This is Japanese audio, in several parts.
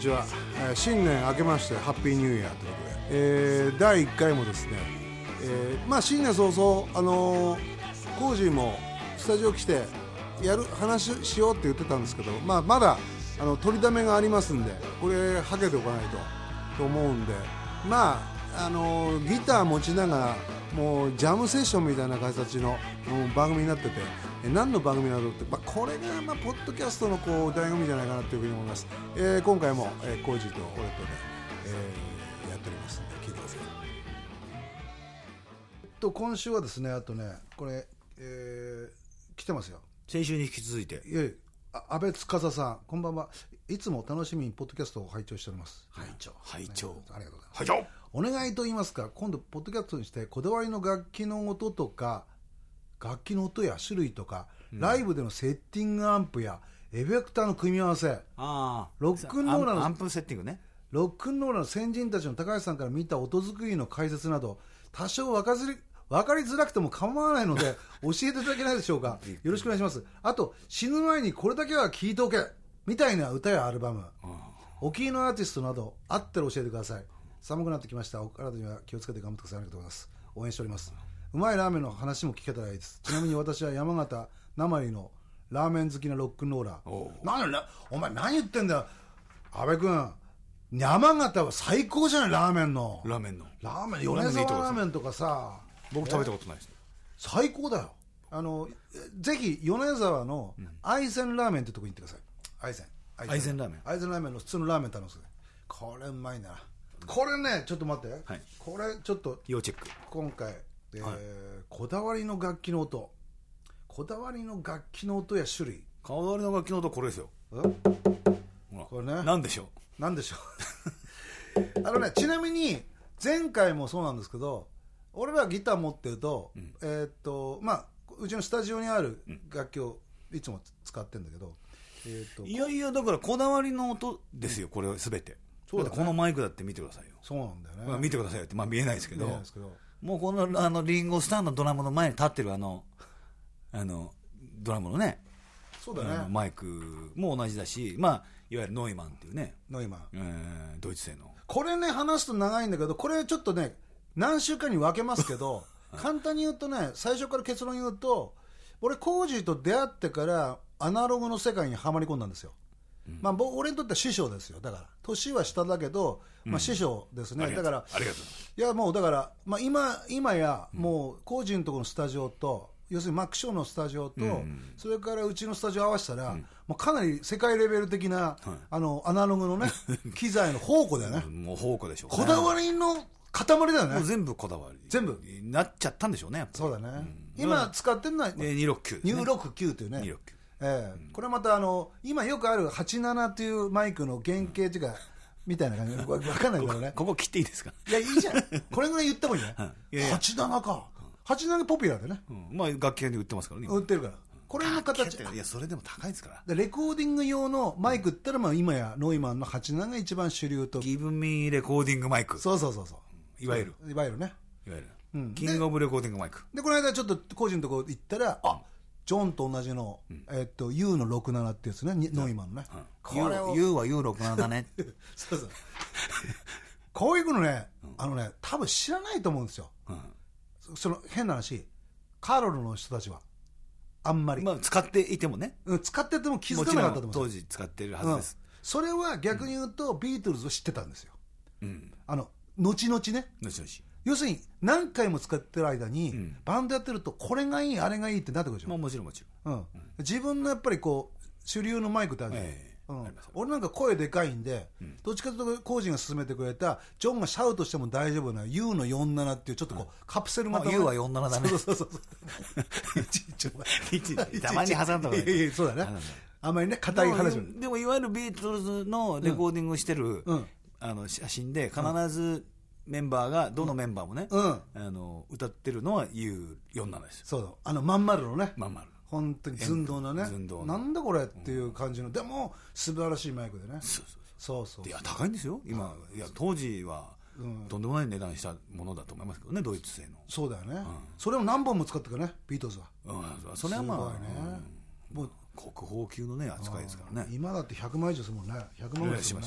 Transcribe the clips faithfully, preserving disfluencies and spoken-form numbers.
ちは、えー、新年明けましてハッピーニューイヤーということで、えー、だいいっかいもですね、えーまあ、新年早々、あのー、コージーもスタジオ来てやる話しようって言ってたんですけど、まあ、まだあの取りだめがありますんで、これはけておかないとと思うんで、まああのー、ギター持ちながらもうジャムセッションみたいな形の番組になってて、え何の番組なのって、まあ、これがまあポッドキャストのこう醍醐味じゃないかなというふうに思います。えー、今回も、えー、コージーと俺とで、えー、やっておりますので聞いてください。と今週はですね、あとねこれ、えー、来てますよ。 先週に引き続いて、 いやいや、安倍司さん、こんばんは。いつも楽しみにポッドキャストを拝聴しております。 拝聴拝聴、 ね、ありがとうございます。 拝聴お願いと言いますか、今度ポッドキャストにしてこだわりの楽器の音とか楽器の音や種類とか、うん、ライブでのセッティングアンプやエフェクターの組み合わせ、 あロックンローラーのアンプセッティングね、 ロックンローラーの先人たちの高橋さんから見た音作りの解説など、多少分かり分かりづらくても構わないので教えていただけないでしょうか。よろしくお願いします。あと、死ぬ前にこれだけは聴いておけみたいな歌やアルバム、お気に入りのアーティストなどあったら教えてください。寒くなってきました。お体には気をつけて頑張ってください。ありがとうございます。応援しております。うまいラーメンの話も聞けたらいいです。ちなみに私は山形なまりのラーメン好きなロックンローラー。何だお前何言ってんだよ安倍君。山形は最高じゃない。ラーメンのラーメンのラーメン米沢ラーメンとかさ、 僕食べたことないです。 最高だよ。あのぜひ米沢のアイゼンラーメンってとこに行ってください。アイゼンアイゼンラーメンアイゼンラーメンの普通のラーメン頼むんです。これうまいな。これねちょっと待って、はい、これちょっと要チェック。 今回、えーはい、こだわりの楽器の音、こだわりの楽器の音や種類。 こだわりの楽器の音これですよ。 これね、 なんでしょうなんでしょうあのね、ちなみに前回もそうなんですけど、俺らギター持ってると、うん、えー、っとまあうちのスタジオにある楽器をいつも使ってるんだけど、 うん、えー、っといやいやだからこだわりの音ですよ、うん、これは全て。そうだね、このマイクだって見てくださいよ。 そうなんだよね、 まあ、見てくださいよって、まあ、見えないですけど、 見えないですけど、 もうこのあのリンゴスタンのドラムの前に立ってるあのあのドラムのね、 そうだね、 マイクも同じだし、まあ、いわゆるノイマンっていうね、 ノイマン、 えー、ドイツ製の。これね話すと長いんだけど、これちょっとね何週間に分けますけど簡単に言うとね、最初から結論言うと、俺コージーと出会ってからアナログの世界にはまり込んだんですよ。うん、まあ、俺にとっては師匠ですよ。だから年は下だけど、まあ、師匠ですね。うん、だからありがとう。 いやもうだから、まあ、今今やもうコージーのところのスタジオと、要するにマックショーのスタジオと、うん、それからうちのスタジオ合わせたら、うん、もうかなり世界レベル的な、はい、あのアナログのね機材の宝庫だよね。 もう宝庫でしょうね。 こだわりの塊だよね。 もう全部こだわり全部なっちゃったんでしょうね、やっぱり。 そうだね、うん、今使ってるのはにろくきゅう、 にろくきゅうというね、 にろくきゅう、 えーうん、これまたあの今よくあるはちじゅうななというマイクの原型というか、うん、みたいな感じで分かんないんだろうね。 ここ切っていいですか。 いやいいじゃんこれぐらい言った方がいいね、うん、はちじゅうななか、はちじゅうななポピュラーでね、 うん、まあ楽器屋で売ってますからね。 売ってるから、これの形。 いやそれでも高いですから。 でレコーディング用のマイクって言ったら、まあ今やノイマンのはちじゅうななが一番主流と。 ギブミーレコーディングマイク。 そうそうそうそう、 いわゆるいわゆるね、 いわゆる、うん、キングオブレコーディングマイクで、この間ちょっと工事のところ行ったら、あ、ジョンと同じの、うん、えー、っと ユー のろくじゅうななってやつね、ノイマンのね、うん、 これを ユー は ユーろくじゅうなな だねそうそうこういうのね、うん、あのね多分知らないと思うんですよ、うん、その変な話、カロルの人たちはあんまり、 まあ、使っていてもね、 うん、使ってても気づかなかったと思う。 当時使ってるはずです、 うん、それは逆に言うと、うん、ビートルズを知ってたんですよ、うん、あの後々ね、 後々 要するに何回も使ってる間に、うん、バンドやってるとこれがいいあれがいいってなってくるでしょ。 まあ、もちろんもちろん、うんうん、 自分のやっぱりこう主流のマイクってあるじゃん、えーうん、俺なんか声でかいんで、うん、どっちかというとコージが勧めてくれたジョンがシャウトしても大丈夫な ユー のよんじゅうななっていうちょっとこう、うん、カプセル型の、 まあ、ユー はよんじゅうななだね。 そうそうそうそうたまに挟んだ方がいい。 そうだね、あんまりね硬い話でも、でもいわゆるビートルズのレコーディングしてる、うん、あの写真で必ずメンバーがどのメンバーもね、うん、あの歌ってるのは ユーよんじゅうなな ですよ。 そうだ、あのまん丸のね、 まん丸本当に寸胴のね、なんだこれっていう感じの、うん、でも素晴らしいマイクでね。そうそうそうそう、 いや高いんですよ今。いや当時はとんでもない値段したものだと思いますけどね、ドイツ製の。 そうだよね、うん、それを何本も使ってるからね、ビートルズは、 うん、それはまあ、 ね、うん、もう国宝級のね扱いですからね。 今だってひゃくまん以上するもんね。ひゃくまんぐらいするもんね。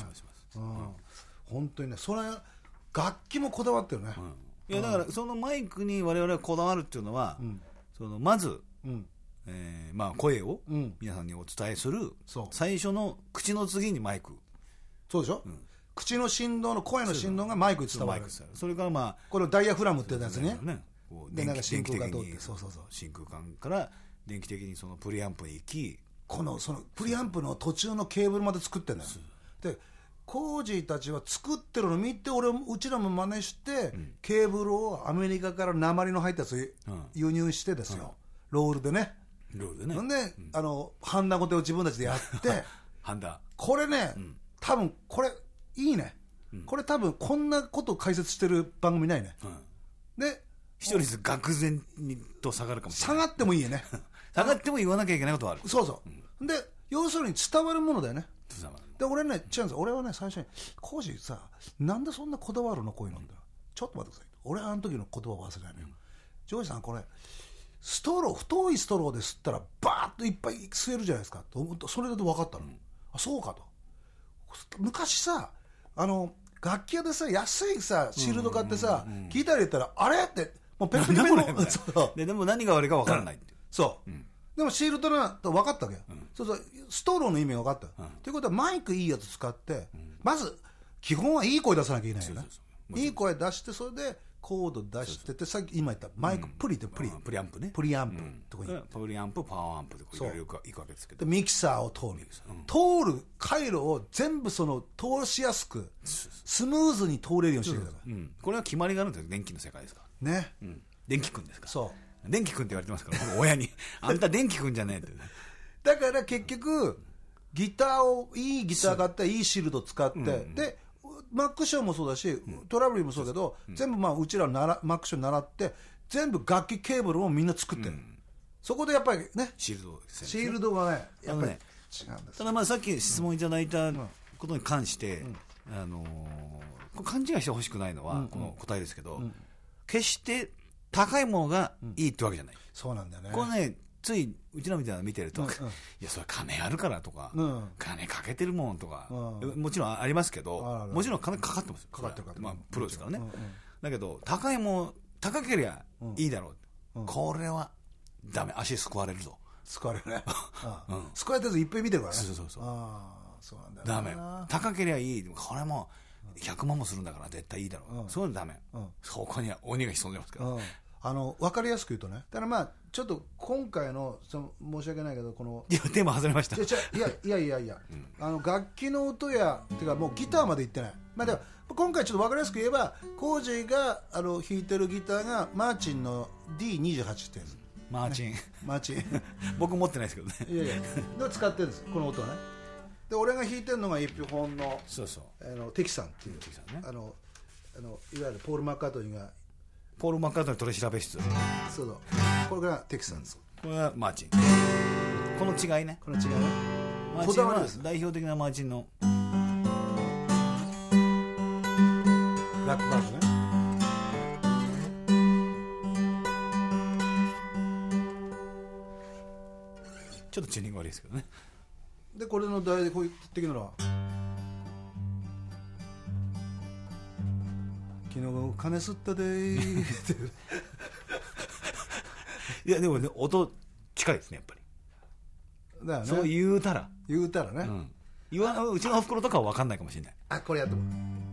うん、本当にね、それ楽器もこだわってるね、 うん、いやだからそのマイクに我々はこだわるっていうのは、うん、そのまず、うんえーまあ、声を皆さんにお伝えする、うん、最初の口の次にマイク、 そうでしょ、うん、口の振動の声の振動がマイクに伝わる。 それからまあこれダイヤフラムってやつね、 ねこう電気電気的にそうそうそう真空管から電気的にそのプリアンプに行き、 このそのプリアンプの途中のケーブルまで作ってるんだよ。でコージーたちは作ってるの見て、俺うちらも真似して、うん、ケーブルをアメリカから鉛の入ったやつ輸入してですよ、うん、ロールでねロールでね。 ほんで、うん、あのハンダごてを自分たちでやってハンダこれね、うん、多分これいいね、うん、これ多分こんなことを解説してる番組ないね、うん、で一人ずつ愕然と下がるかもしれない。 下がってもいいよね下がっても言わなきゃいけないことはある。 そうそう、うん、で要するに伝わるものだよね。で俺ね違うんです。俺はね最初にコージーさなんでそんなこだわるのこういうの、うん、ちょっと待ってください。俺はあの時の言葉を忘れないのよ、うん、ジョージさんこれストロー太いストローで吸ったらバーッといっぱい吸えるじゃないですかと思った。それで分かったの、うん、あそうかと。昔さあの楽器屋でさ安いさシールド買ってさ、うんうんうん、聞いたら言ったらあれってもうペロペロペロででも何が悪いか分からないって、うん、 そう、うんでもシールドだと分かったわけよ、うん、そうそうストローの意味が分かった、うん、ということはマイクいいやつ使って、うん、まず基本はいい声出さなきゃいけないよね。いい声出してそれでコード出してて、さっき今言ったマイクプリってプリ、うん、 プリアンプねプリアンプ、うん、とこにプリアンプパワーアンプでいろいろいくわけですけど、 ミキサーを通る、うん、通る回路を全部その通しやすくスムーズに通れるようにしてください、 うん、これは決まりがあるんですよ。電気の世界ですからね、 うん、電気くんですからそう電気くんって言われてますから僕親にあんた電気くんじゃねえってだから結局ギターをいいギター買っていいシールド使って、うんうん、でマックショーもそうだし、うん、トラブルもそうだけど、うん、全部まあうちらならマックショー習って全部楽器ケーブルをみんな作ってる、うん、そこでやっぱりねシールドですね。 シールドがねやっぱり違うんです。ただまあさっき質問いただいたことに関して、うんうん、あのー、勘違いしてほしくないのは、うんうん、この答えですけど、うん、決して高いものがいいってわけじゃない、うん、 そうなんだよね。 これねついうちらみたいなの見てると、うんうん、いやそれ金あるからとか、うん、金かけてるもんとか、うん、もちろんありますけど、もちろん金かかってますよ。 かかってるかかってる、 まあ、プロですからね、うんうん、だけど高いもん高ければいいだろう、うん、これはダメ。足すくわれるぞ。 すくわれるねうん、すくわれたやついっぱい見てるからね。 そうそうそう、 あそうなんだよダメ。高ければいい。これもひゃくまんもするんだから絶対いいだろう、うん、そういうのダメ、うん、そこには鬼が潜んでますから、うん、 あの分かりやすく言うとね、だからまあちょっと今回のその申し訳ないけどこのいやテーマ外れました。 いやいやいやいや、うん、あの楽器の音やてかもうギターまでいってない、まあ、でも今回ちょっと分かりやすく言えばコージーがあの弾いてるギターがマーチンの ディーにじゅうはち ってやつ。 マーチン、 ね、マーチン僕持ってないですけどね。 いやいやで使ってるんですこの音はね。で俺が弾いてるのがエピフォンのそうそうあのテキサンっていう、 ね、 あのあのいわゆるポール・マッカートニーがポール・マッカートニー取り調べ室、 そうそうこれがテキサンです。 これはマーチン。この違いね。 この違いね。 マーチンは代表的なマーチンのブラックバードね。 ちょっとチューニング悪いですけどね。 でこれの台でこういう的なのは昨日金吸ったでーいやでもね音近いですねやっぱり。だよね。そう言うたら言うたらね、 うん、言わうちのおふくろとかは分かんないかもしれない。 あこれやっても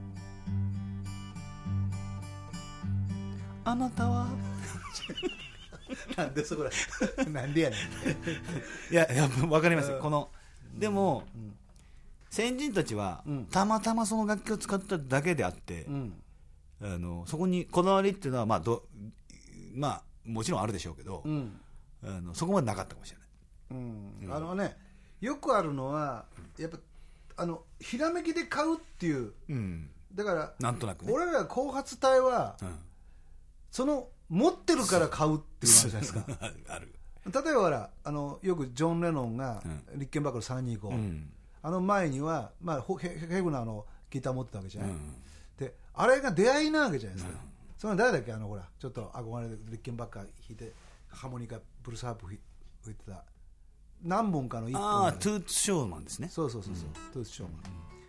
あなたはなんでそこらなんでやねんいやいや分かりますよこのでも、うん、先人たちは、うん、たまたまその楽器を使っただけであって、うん、あのそこにこだわりっていうのは、まあどまあ、もちろんあるでしょうけど、うん、あのそこまでなかったかもしれない、 うんうん、あのねよくあるのはやっぱあのひらめきで買うっていう、うん、だからなんとなく、ね、 俺ら後発隊は、うん、その持ってるから買うっていうのじゃないですかある。 例えばほらあのよくジョン・レノンが、うん、リッケンバックのさんにご、うん、あの前には、まあ、ヘ, ヘグナーのギター持ってたわけじゃない、うん、であれが出会いなわけじゃないですか、うん、その誰だっけあのほらちょっと憧れでリッケンバックが弾いてハーモニカブルースハープ吹いてた何本かのいっぽん。 ああトゥーツ・ショーマンですね。 そうそうそうそう、うん、トゥーツ・ショーマン、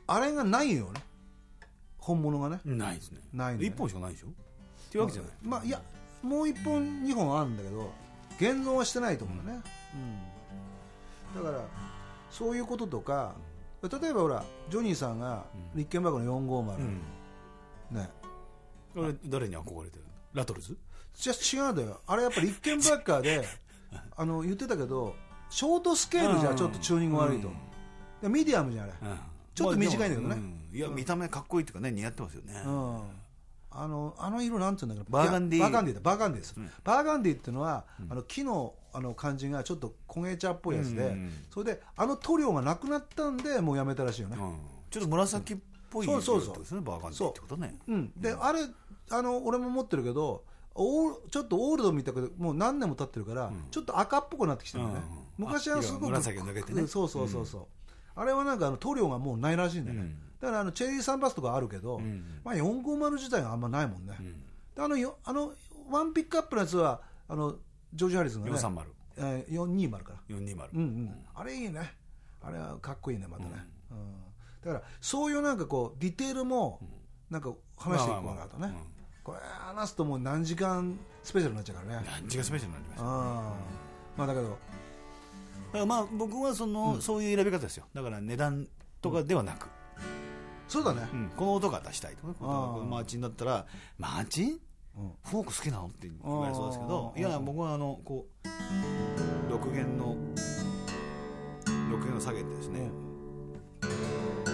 あれがないよね、本物がね。 ないですね。 ないね。 いっぽんしかないでしょっていうわけじゃない。 まあ、まあ、いやもういっぽんにほんあるんだけど現存はしてないと思うね、うん、だからそういうこととか、例えばほらジョニーさんが立憲バッグのよんごーまる、うん、ね、 あれ誰に憧れてるの？ラトルズ？ じゃ違うんだよ、あれやっぱり立憲バッカーであの言ってたけどショートスケールじゃちょっとチューニング悪いと、うん、ミディアムじゃあれ、うん、ちょっと短いんだけどね、まあうん、いや見た目かっこいいっていうかね、似合ってますよね、うん、 あのあの色なんていうんだけど、 バーガンディー、 バーガンディーだバーガンディーです、うん、バーガンディーっていうのは、うん、あの木のあの感じがちょっと焦げ茶っぽいやつで、うん、それであの塗料がなくなったんでもうやめたらしいよね、うん、 ちょっと紫っぽい色ですね、 そうそうそう、 バーガンディーってことね、 う、うん、であれあの俺も持ってるけどおちょっとオールドみたいなけどもう何年も経ってるから、うん、ちょっと赤っぽくなってきてるね、うん、昔はすごく紫抜けてね、 そうそうそうそう、うん、あれはなんかあの塗料がもうないらしいんだよね、うん、だからあのチェリーサンバスとかあるけど、うん、まあ、よんごーまる自体があんまないもんね、うん、であのよあのワンピックアップのやつはあのジョージ・ハリスがねよんさんまる、 えー、よんにーまるからよんにーまる、 うんうん、あれいいね、あれはかっこいいねまたね、うんうん、だからそういうなんかこうディテールもなんか話していこうなとね、まあまあまあ、うん、これ話すともう何時間スペシャルになっちゃうからね、 何時間スペシャルになりますよ、 あ、まあ、だけどだからまあ僕はその、うん、そういう選び方ですよ。だから値段とかではなく、うん、 そうだね、 うん、この音が出したいとか、マーチンだったらマーチン、うん、フォーク好きなのって言われそうですけど、いや僕はあのこうろく弦のろく弦を下げてですね、うん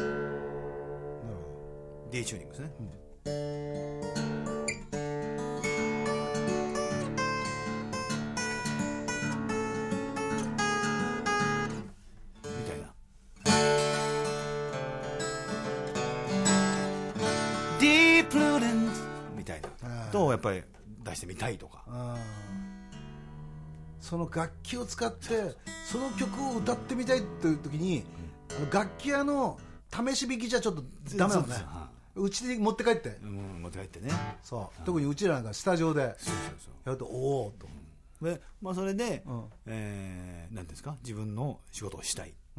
、D チューニングですね、うん、とやっぱり出してみたいとか、あ、 その楽器を使ってその曲を歌ってみたいっていう時に、うん、楽器屋の試し弾きじゃちょっとダメなのね、うちで持って帰って、 うん、持って帰ってね、 そう、うん、特にうちらなんかスタジオでやるとおおと、 うん、で、まあ、それで、うん、えー、なんですか、自分の仕事をしたい、うん、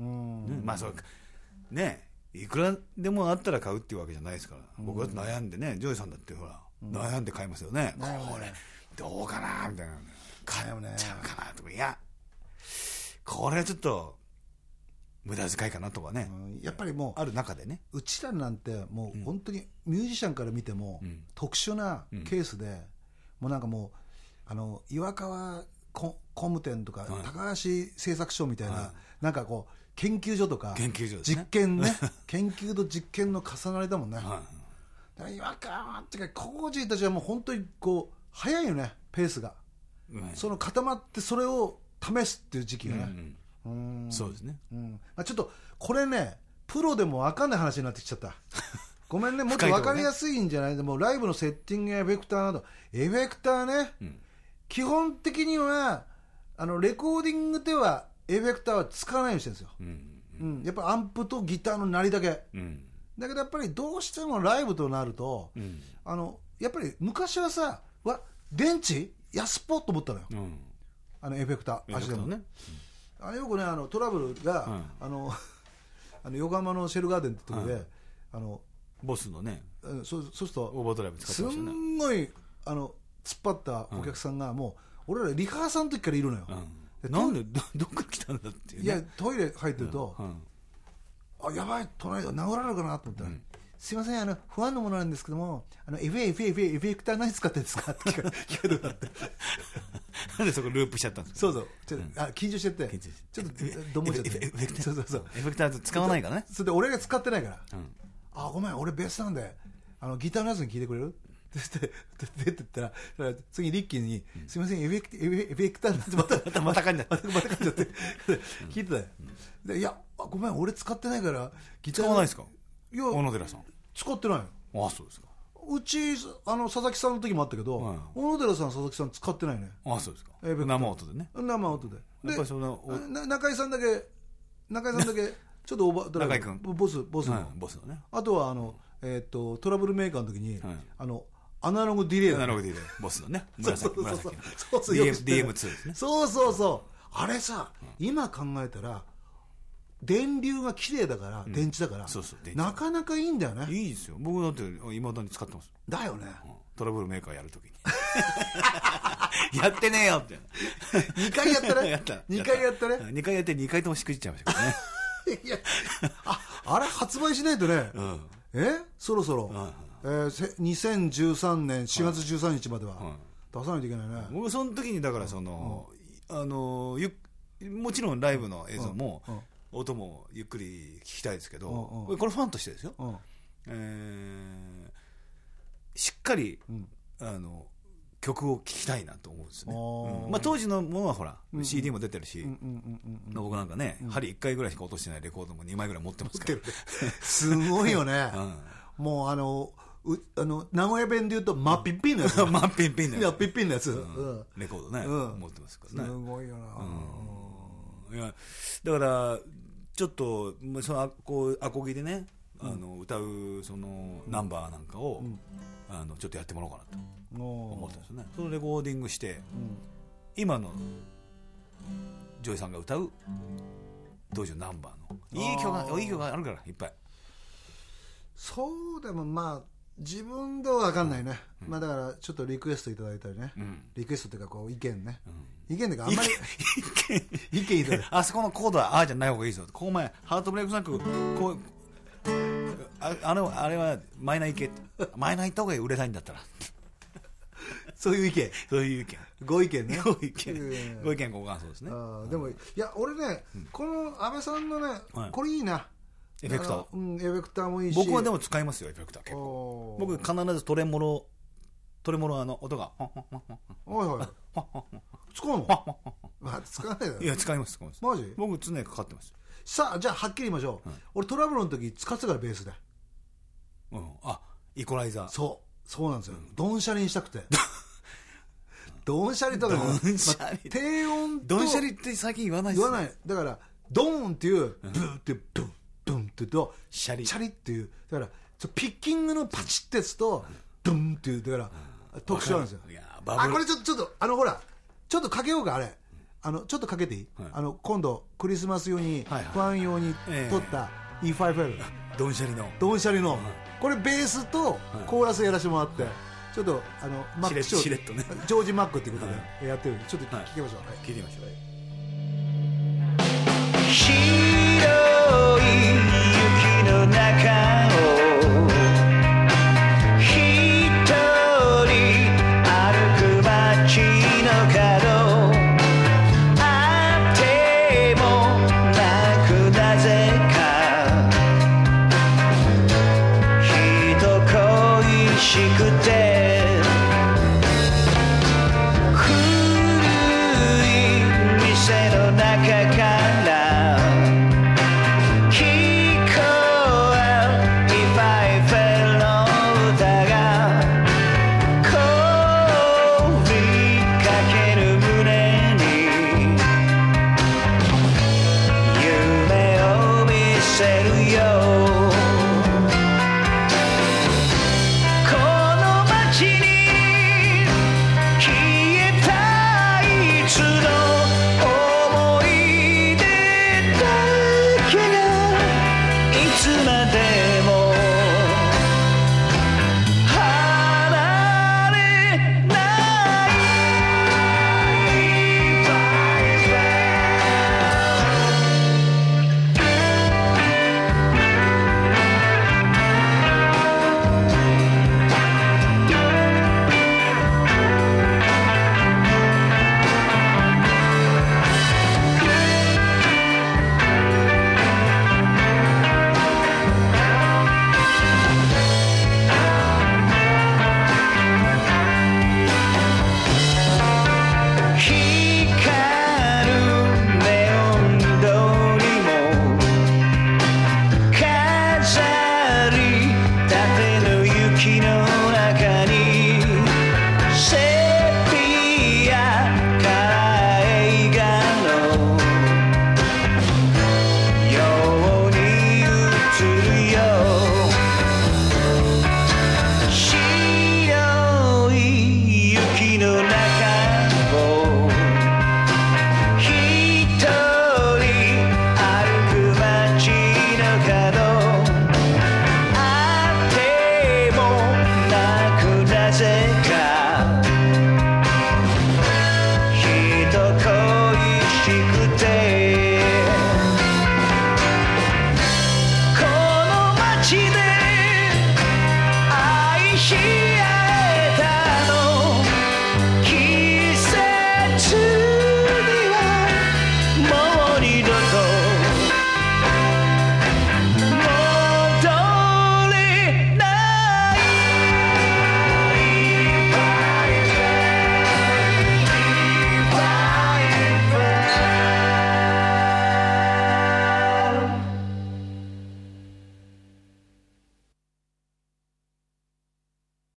ね、まあそうね、いくらでもあったら買うっていうわけじゃないですから、うん、僕だって悩んでね、ジョイさんだってほら悩んで買いますよね、うん、これどうかなみたいな、買っちゃうかなとか、いやこれはちょっと無駄遣いかなとかね、 うん、やっぱりもうある中でね、 うちらなんてもう本当にミュージシャンから見ても、うん、特殊なケースで、うん、もうなんかもうあの岩川工務店とか、うん、高橋製作所みたいな、うん、なんかこう研究所とか研究所ですね、 実験ね研究と実験の重なりだもんね、うん、だから岩川っていうかコージーたちはもう本当にこう早いよね、ペースが、うん、その固まってそれを試すっていう時期がね、うんうん、うん、 そうですね、 うん、まあ、ちょっとこれねプロでも分かんない話になってきちゃったごめんね、もっと分かりやすいんじゃない、ね、でもライブのセッティングやエフェクターなど、エフェクターね、うん、基本的にはあのレコーディングではエフェクターは使わないようにしてるんですよ、うんうんうん、やっぱアンプとギターの鳴りだけ、うん、だけどやっぱりどうしてもライブとなると、うん、あのやっぱり昔はさ、わ電池安っぽっと思ったのよ、うん、あのエフェクター、足でもね、うん、あれよくね、あのトラブルが、うん、あのあの横浜のシェルガーデンってところで、うん、あのボスのね、 うん、そうそうするとオーバードライブ使ってましたね、 すんごいあの突っ張ったお客さんが、うん、もう俺らリハーサルの時からいるのよ、 うん、なんで ど, どっから来たんだっていう、ね、 いやトイレ入ってると、うんうん、あやばい隣で殴られるかなと思ったら、うん、すいません、あの不安のものなんですけども、あの エフエーエフエーエフエーエフェクター何使ってるんですかって聞かれるかってなんでそこループしちゃったんですか。 そうそう、ちょっと、うん、あ緊張しちゃってちょっとどもっちゃってエフェクター、そうそうそう、 エフェクター使わないからね、 それで俺が使ってないから、うん、あごめん俺ベースなんであのギターのやつに聞いてくれるって言ったら、次リッキーに、うん、すいませんエフェクターエフェクターまたまたまた噛んじゃってまた噛んじゃって聞いてたよ、うん、でいやごめん俺使ってないからギター使わないですか。いや小野寺さん使ってないよ。あそうですか。 うちあの佐々木さんの時もあったけど、はい、小野寺さん佐々木さん使ってないね。 あそうですか。生音でね。 生音で。 やっぱりその中井さんだけ中井さんだけちょっとオーバードライブ、中井君ボスボスの、 うん、ボスのね。 あとはあのえっ、ー、とトラブルメーカーの時に、はい、あのアナログディレイだ、ね、 アナログディレイボスのね。紫そうそうそうそうそう ディーエムツー ですね。 そうそうそう。あれさ、うん、今考えたら電流が綺麗だから、うん、電池だから、 そうそう、 なかなかいいんだよね。 いいですよ。僕だって未だに使ってます。 だよね、 うん、トラブルメーカーやるときにやってねえよってにかいやったねやったにかいやったねにかいやってにかいともしくじっちゃいましたからねいや あ, あれ発売しないとね、うん、えそろそろ、うんえー、にせんじゅうさんねんしがつじゅうさんにちまでは出さないといけないね、うん、 僕その時にだからその、うん、あのゆもちろんライブの映像も、うんうん、音もゆっくり聞きたいですけど、うんうん、これファンとしてですよ、うんえー、しっかり、うん、あの曲を聴きたいなと思うんですね、うんまあ、当時のものはほら、うん、シーディー も出てるし、うんうんうん、僕なんかね、うん、針いっかいぐらいしか落としてないレコードもにまいぐらい持ってますからすごいよね、うん、もうあのうあの名古屋弁で言うとマッピッピンのやつマッピッピンのやつマッピッピンのやつ、 うん、レコードね、うん、持ってますからねすごいよな、 うん、いやだからちょっとそのこうアコギでねあの、うん、歌うそのナンバーなんかを、うん、あのちょっとやってもらおうかなと思ったんですよね。そのレコーディングして、うん、今のジョイさんが歌う当時のナンバーのいい曲がいい曲があるからいっぱい。 そうでもまあ自分では分かんないね、うんまあ、だからちょっとリクエストいただいたりね、うん、リクエストっていうかこう意見ね、うん、意見っていうかあんまり意見いただいあそこのコードはああじゃない方がいいぞこう前ハートブレイクサンクこう あ, あ, のあれはマイナー行けマイナー行った方が売れないんだったらそういう意見そういう意見ご意見ねご意見ご意見ご感想ですね。 あでもいや俺ね、うん、この安倍さんのね、はい、これいいなエフェクター、 うん、エフェクターもいいし僕はでも使いますよエフェクター結構僕必ずトレモロトレモロあの音がおいおい使うのまあ使わないだろいや使います使いますマジ僕常にかかってますさあじゃあはっきり言いましょう、うん、俺トラブルの時使ってたからベースで、 うん、あイコライザーそうそうなんですよ、うん、ドンシャリにしたくてドンシャリとかドンシャリ、 まあ、低音とドンシャリって最近言わないですね言わないだからドーンっていうブーってブンドンってとシャリシャリっていうだからピッキングのパチってやつとドンっていうだから特徴なんですよ。いやあこれちょっとちょっとあのほらちょっとかけようかあれあのちょっとかけていい、はい、あの今度クリスマス用に、はいはい、ファン用に撮った イーファイブエルドンシャリのドンシャリの、はい、これベースとコーラスやらせてもらって、はい、ちょっとあのマックシレットねジョージ・マックっていうことでやってるちょっと聞きましょう、はい、 聞いてみましょう、はい白い雪の中